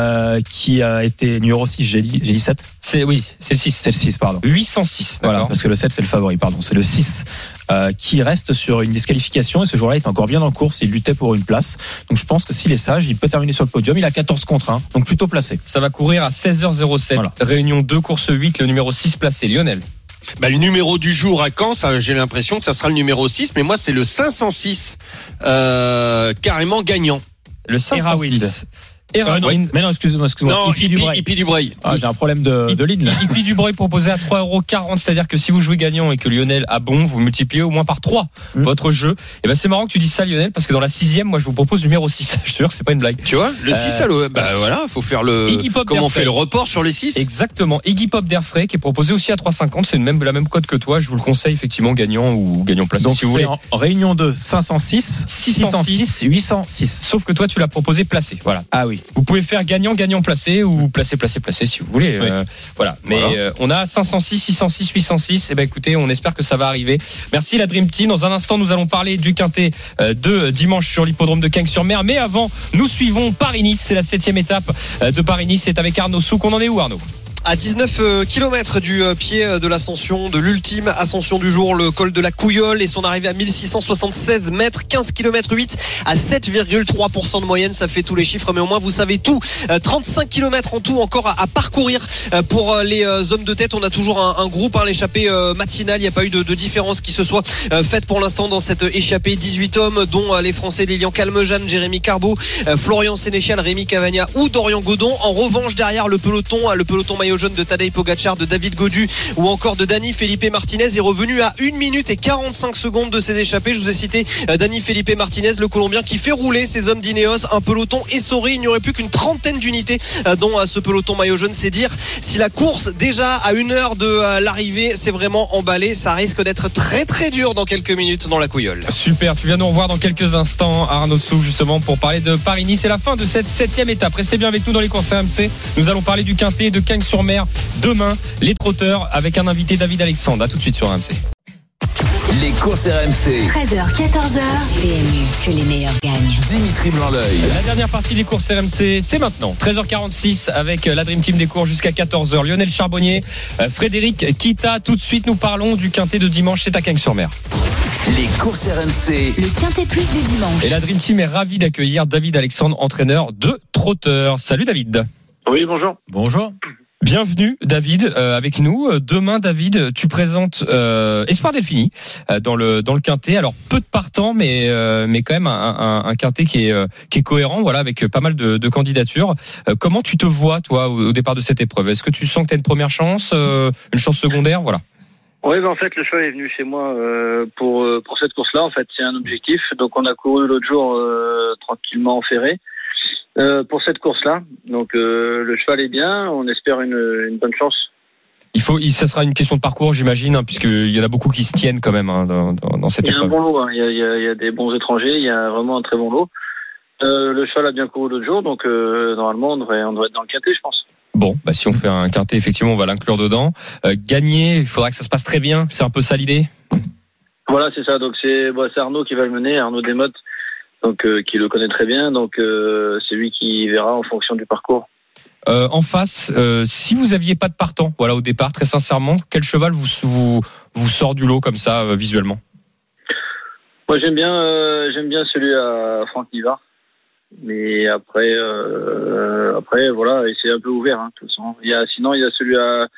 qui a été numéro 6, j'ai dit 7? C'est le 6. C'est le 6, pardon. 806. Voilà, parce que le 7, c'est le favori, pardon. C'est le 6, qui reste sur une disqualification et ce jour-là, il est encore bien en course. Il luttait pour une place. Donc, je pense que s'il est sage, il peut terminer sur le podium. Il a 14 contre 1. Donc, plutôt placé. Ça va courir à 16h07. Voilà. Réunion 2, course 8, le numéro 6 placé. Lionel. Le numéro du jour à Caen, j'ai l'impression que ça sera le numéro 6, mais moi c'est le 506 carrément gagnant. Le 506. Mais non, excuse-moi. Non, Hippie Dubreuil. J'ai un problème de ligne là. Hippie Dubreuil proposé à 3,40 €, c'est-à-dire que si vous jouez gagnant et que Lionel a bon, vous multipliez au moins par 3 votre jeu. Et c'est marrant que tu dises ça, Lionel, parce que dans la 6e, moi je vous propose numéro 6. Je te jure, c'est pas une blague. Tu vois, le 6 voilà, faut faire comment on fait le report sur les 6. Exactement. Iggy Pop d'Airfray qui est proposé aussi à 3,50. C'est la même cote que toi. Je vous le conseille effectivement gagnant ou gagnant placé. Donc si vous voulez. En réunion 2, 506, 606, 806. Sauf que toi tu l'as proposé placé. Voilà. Ah oui. Vous pouvez faire gagnant placé ou placé si vous voulez. Oui. Voilà. Mais on a 506, 606, 806. Et écoutez, on espère que ça va arriver. Merci la Dream Team. Dans un instant, nous allons parler du quintet de dimanche sur l'hippodrome de Cagnes-sur-Mer. Mais avant, nous suivons Paris-Nice. C'est la 7e étape de Paris-Nice. C'est avec Arnaud Souk. On en est où, Arnaud? À 19 km du pied de l'ascension, de l'ultime ascension du jour, le col de la Couillole et son arrivée à 1676 mètres, 15 km 8 à 7,3% de moyenne, ça fait tous les chiffres, mais au moins vous savez tout. 35 km en tout encore à parcourir pour les hommes de tête. On a toujours un groupe, l'échappée matinale, il n'y a pas eu de différence qui se soit faite pour l'instant dans cette échappée. 18 hommes, dont les Français Lilian Calmejane, Jérémy Carbeau, Florian Sénéchal, Rémi Cavagna ou Dorian Godon. En revanche, derrière le peloton maillot jaune de Tadej Pogacar, de David Gaudu ou encore de Dani Felipe Martinez est revenu à 1 minute et 45 secondes de ses échappées. Je vous ai cité Dani Felipe Martinez, le Colombien qui fait rouler ses hommes d'Ineos. Un peloton essoré, il n'y aurait plus qu'une trentaine d'unités dont ce peloton maillot jaune. C'est dire si la course déjà à 1 heure de l'arrivée c'est vraiment emballé. Ça risque d'être très très dur dans quelques minutes dans la Couillole. Super, tu viens nous revoir dans quelques instants, Arnaud Souk, justement pour parler de Paris-Nice. C'est la fin de cette 7e étape. Restez bien avec nous dans les courses RMC. Nous allons parler du quintet de Cagnes-sur-Mer demain, les trotteurs avec un invité, David Alexandre. À tout de suite sur RMC. Les courses RMC. 13h, 14h, PMU, que les meilleurs gagnent. Dimitri Blanc-L'œil. La dernière partie des courses RMC, c'est maintenant. 13h46 avec la Dream Team des courses jusqu'à 14h. Lionel Charbonnier, Frédéric Kita. Tout de suite, nous parlons du quintet de dimanche chez Taquin-sur-Mer. Les courses RMC. Le quintet plus du dimanche. Et la Dream Team est ravie d'accueillir David Alexandre, entraîneur de trotteurs. Salut David. Oui, bonjour. Bonjour. Bienvenue David avec nous. Demain David, tu présentes Espoir Delphini dans le quintet. Alors peu de partants mais quand même un quintet qui est cohérent, voilà, avec pas mal de candidatures. Comment tu te vois toi au départ de cette épreuve? Est-ce que tu sens que tu as une première chance, une chance secondaire, voilà? Oui, en fait, le cheval est venu chez moi pour cette course-là. En fait, c'est un objectif. Donc, on a couru l'autre jour tranquillement en ferré pour cette course-là. Donc, le cheval est bien. On espère une bonne chance. Ça sera une question de parcours, j'imagine, hein, puisqu'il y en a beaucoup qui se tiennent quand même dans cette épreuve. Il y a un bon lot. Hein. Il y a des bons étrangers. Il y a vraiment un très bon lot. Le cheval a bien couru l'autre jour. Donc, normalement, on devrait être dans le quintet, je pense. Bon, si on fait un quintet, effectivement, on va l'inclure dedans. Gagner, il faudra que ça se passe très bien. C'est un peu ça l'idée. Voilà, c'est ça. Donc c'est Arnaud qui va le mener, Arnaud Desmottes, donc qui le connaît très bien. Donc c'est lui qui verra en fonction du parcours. En face, si vous aviez pas de partant, voilà, au départ, très sincèrement, quel cheval vous sort du lot comme ça visuellement? Moi j'aime bien celui à Franck Nivard. Mais après voilà, et c'est un peu ouvert, hein, de toute façon. Il y a celui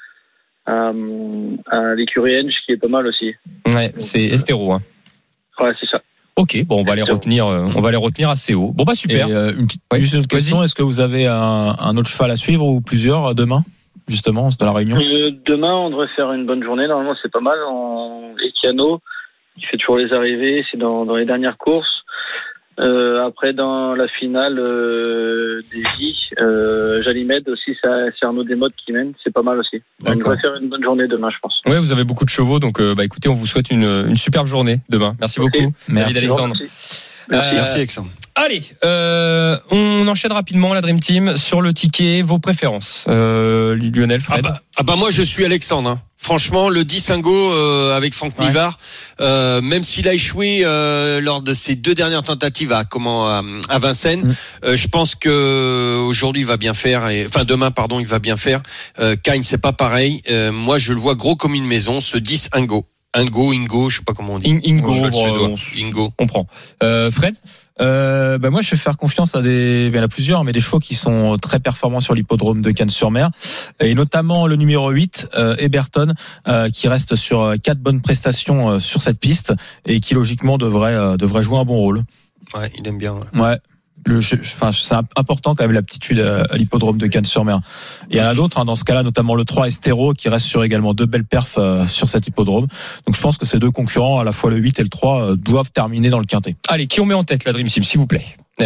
à l'écurie Henge qui est pas mal aussi. Ouais, donc, c'est Estero, hein. Ouais, c'est ça. Ok, bon, on va les retenir assez haut. Bon, super. Et, juste une autre question, vas-y. est-ce que vous avez un autre cheval à suivre ou plusieurs demain, justement, dans la réunion? Demain, on devrait faire une bonne journée. Normalement, c'est pas mal. Ekiano, il fait toujours les arrivées, c'est dans les dernières courses. Après, dans la finale des J, Jalimed aussi, c'est Arnaud Desmottes qui mène, c'est pas mal aussi. On devrait faire une bonne journée demain, je pense. Oui, vous avez beaucoup de chevaux, donc écoutez, on vous souhaite une superbe journée demain. Merci beaucoup, David Alexandre. Merci Alexandre. Allez, on enchaîne rapidement la Dream Team sur le ticket, vos préférences. Lionel, Fred. Moi je suis Alexandre. Hein. Franchement, le 10 Ingo avec Franck Nivard, même s'il a échoué lors de ses deux dernières tentatives à Vincennes, je pense que aujourd'hui il va bien faire. Demain, il va bien faire. Cagne, c'est pas pareil. Moi, je le vois gros comme une maison. Ce 10 Ingo. Ingo, je sais pas comment on dit. Ingo, on prend. Fred? Moi, je vais faire confiance il y en a plusieurs, mais des chevaux qui sont très performants sur l'hippodrome de Cannes-sur-Mer, et notamment le numéro 8, Eberton, qui reste sur 4 bonnes prestations sur cette piste et qui logiquement devrait jouer un bon rôle. Ouais, il aime bien. Ouais. C'est important quand même l'aptitude à l'hippodrome de Cannes-sur-Mer. Il y en a d'autres, dans ce cas-là, notamment le 3 Estero qui reste sur également 2 belles perfs sur cet hippodrome. Donc je pense que ces deux concurrents, à la fois le 8 et le 3, doivent terminer dans le quintet. Allez, qui on met en tête la Dream Team, s'il vous plaît? Qui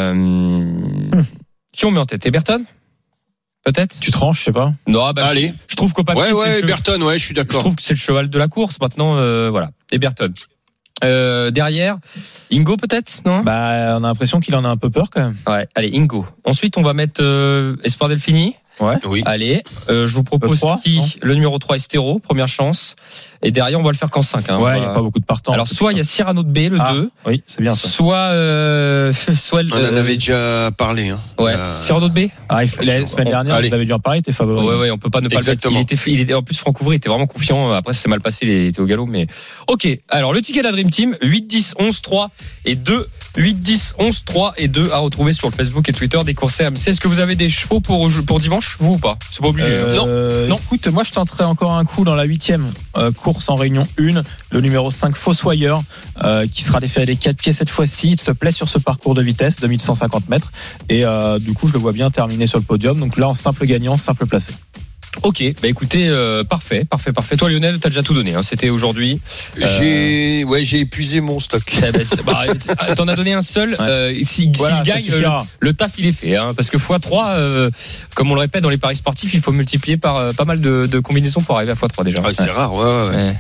on met en tête? Eberton? Peut-être? Tu tranches, je sais pas. Non, allez. Je trouve qu'au papier, Eberton, je suis d'accord. Je trouve que c'est le cheval de la course. Maintenant, voilà, Eberton. Derrière, Ingo peut-être, non? On a l'impression qu'il en a un peu peur quand même. Ouais, allez, Ingo. Ensuite, on va mettre Espoir Delphini. Ouais. Oui. Allez, je vous propose le numéro 3 Estero, première chance. Et derrière, on va le faire qu'en 5. Hein. Ouais, il n'y a pas beaucoup de partants. Alors, soit il y a Cyrano de B, le 2. Oui, c'est bien ça. Soit on en avait déjà parlé. Hein. Ouais, Cyrano de B. La semaine dernière, vous avez dû en parler, t'es favori. Ouais, on peut pas ne pas le mettre. Il était, en plus, Franck Ouvray était vraiment confiant. Après, c'est mal passé, il était au galop, mais. Ok. Alors, le ticket de la Dream Team, 8, 10, 11, 3 et 2. 8, 10, 11, 3 et 2 à retrouver sur le Facebook et Twitter des courses RMC. Est-ce que vous avez des chevaux pour dimanche, vous ou pas? C'est pas obligé. Non. Écoute, moi je tenterai encore un coup dans la 8e course en réunion 1, le numéro 5 Fossoyeur, qui sera déféré des 4 pieds cette fois-ci. Il se plaît sur ce parcours de vitesse, 2150 mètres. Et du coup, je le vois bien terminer sur le podium. Donc là, en simple gagnant, simple placé. Ok, écoutez, parfait. Toi Lionel, t'as déjà tout donné, hein. C'était aujourd'hui. J'ai épuisé mon stock. T'en as donné un seul. S'il gagne, le taf il est fait, hein, parce que x3, comme on le répète dans les paris sportifs, il faut multiplier par pas mal de combinaisons pour arriver à x3 déjà. C'est rare, ouais.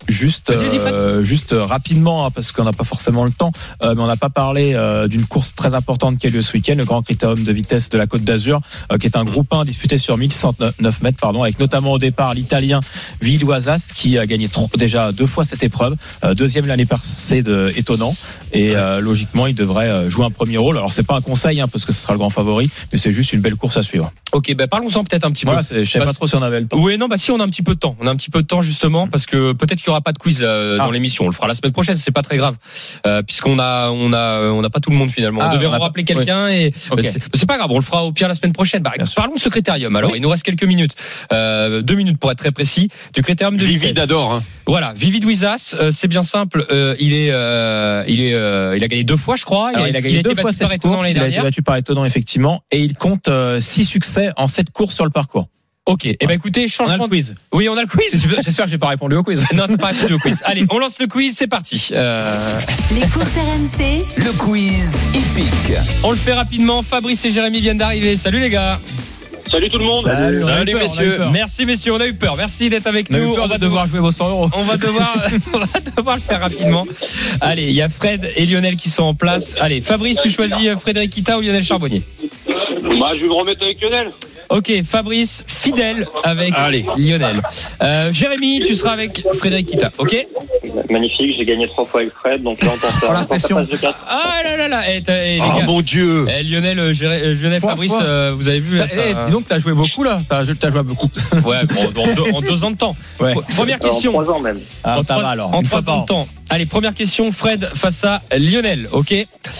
Juste rapidement, parce qu'on n'a pas forcément le temps, mais on n'a pas parlé d'une course très importante qui a lieu ce week-end, le Grand Critérium de vitesse de la Côte d'Azur, qui est un groupe 1 disputé sur 1109 mètres, avec notamment au départ l'Italien Viduazas qui a gagné déjà 2 fois cette épreuve, deuxième l'année passée de Étonnant, et logiquement il devrait jouer un premier rôle. Alors c'est pas un conseil, parce que ce sera le grand favori, mais c'est juste une belle course à suivre. Ok, parlons-en peut-être un petit peu. Je sais pas trop si on avait le temps. Oui, non, si on a un petit peu de temps. On a un petit peu de temps justement parce que peut-être qu'il y aura pas de quiz dans l'émission. On le fera la semaine prochaine. C'est pas très grave puisqu'on a pas tout le monde finalement. On devait rappeler quelqu'un et c'est pas grave. On le fera au pire la semaine prochaine. Parlons de ce critérium. Alors, il nous reste quelques minutes, 2 minutes pour être très précis. Du critérium de Vivid adore. Voilà, Viduazas, c'est bien simple. Il a gagné 2 fois, je crois. Alors, il a gagné 2 fois cette course. Il a été battu par Étonnant effectivement, et il compte 6 succès en 7 courses sur le parcours. Ok, écoutez, changement de quiz. Oui, on a le quiz. J'espère que j'ai pas répondu au quiz. Non, t'as pas répondu au quiz. Allez, on lance le quiz, c'est parti. Les courses RMC, le quiz épique. On le fait rapidement. Fabrice et Jérémy viennent d'arriver. Salut les gars. Salut tout le monde. Salut messieurs. Merci messieurs, on a eu peur. Merci d'être avec nous. On va devoir jouer vos 100 €. On va devoir le faire rapidement. Allez, il y a Fred et Lionel qui sont en place. Allez, Fabrice, tu choisis Frédéric Kita ou Lionel Charbonnier? Je vais me remettre avec Lionel. Ok, Fabrice, fidèle avec Lionel. Jérémy, tu seras avec Frédéric Kita, ok? Magnifique, j'ai gagné 3 fois avec Fred, donc là on pense à passe de 4. Ah là là, les gars. Mon Dieu. Lionel, Fabrice, vous avez vu ça. Dis donc, t'as joué beaucoup là. T'as joué beaucoup. Ouais, en 2 ans de temps. Ouais. Première question. En 3 ans même. Ça va alors. En 3 ans de temps. Allez, première question, Fred face à Lionel, ok?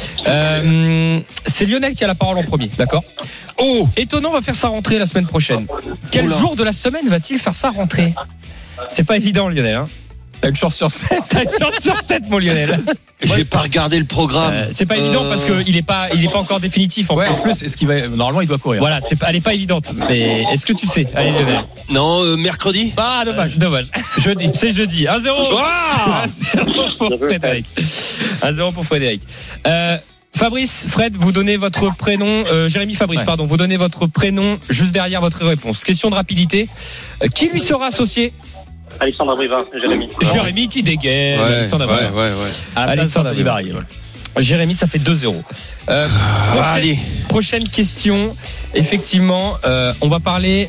C'est Lionel qui a la parole en premier, d'accord? Étonnant va faire sa rentrée la semaine prochaine. Quel jour de la semaine va-t-il faire sa rentrée? C'est pas évident, Lionel. T'as une chance sur 7. T'as une chance sur 7, mon Lionel. J'ai pas regardé le programme. C'est pas évident parce que il est pas encore définitif en plus. En plus, est-ce qu'il va normalement il doit courir. Voilà, elle est pas évidente. Mais est-ce que tu sais? Allez, Lionel. Non, mercredi. Ah, dommage. Jeudi, c'est jeudi. 1-0. 1-0 pour Frédéric. 1-0 pour Frédéric. Fabrice, Fred, vous donnez votre prénom. Jérémy, Fabrice, pardon. Vous donnez votre prénom juste derrière votre réponse. Question de rapidité. Qui lui sera associé? Alexandre Briva, Jérémy. Jérémy qui dégaine. Alexandre Briva. Alexandre Briva. Jérémy, ça fait 2-0. Prochaine question. Effectivement, on va parler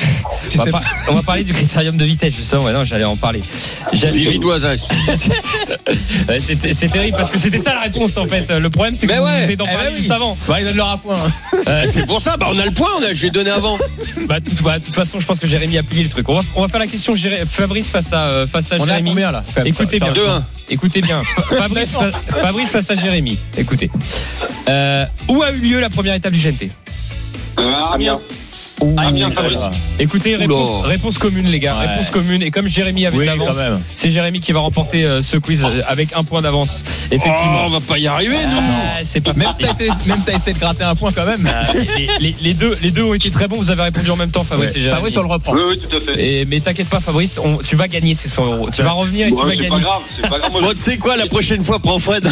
du critérium de vitesse, justement. Ouais, non, j'allais en parler. Viduazas. C'est terrible parce que c'était ça la réponse en fait. Le problème c'est que vous venez d'en parler juste avant. Ils donnent leur à point. C'est pour ça, on a le point, j'ai donné avant. De toute façon, je pense que Jérémy a plié le truc. On va faire la question Fabrice face à Jérémy. On est à combien là? Écoutez bien. 2-1. Écoutez bien. Fabrice face à Jérémy. Écoutez. Où a eu lieu la première étape du GNT? Amiens. Écoutez, réponse commune les gars, réponse commune, et comme Jérémy avait d'avance, c'est Jérémy qui va remporter ce quiz avec 1 point d'avance. Effectivement. On va pas y arriver nous. C'est pas même t'as essayé de gratter un point quand même. Les deux ont été très bons, vous avez répondu en même temps Fabrice et Jérémy. Fabrice on le reprend. Oui, tout à fait. Mais t'inquiète pas Fabrice, tu vas gagner ces 100 €. Tu vas revenir et tu vas gagner. C'est pas grave. Bon, tu sais quoi, la prochaine fois prends Fred.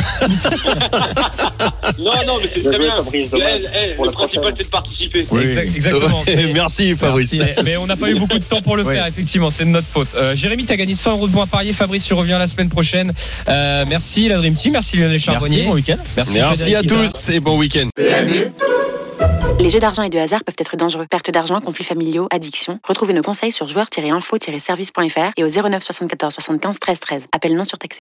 Non, mais c'est très bien. Le principal c'est de participer. Exactement. Merci Fabrice. Mais on n'a pas eu beaucoup de temps pour le faire, effectivement, c'est de notre faute. Jérémy, t'as gagné 100 € de bons à parier. Fabrice, tu reviens la semaine prochaine. Merci la Dream Team, merci Lionel Charbonnier. Merci, bon week-end. Merci à tous et bon week-end. Les jeux d'argent et de hasard peuvent être dangereux. Perte d'argent, conflits familiaux, addiction. Retrouvez nos conseils sur joueurs-info-service.fr et au 09 74 75 13 13. Appel non surtaxé.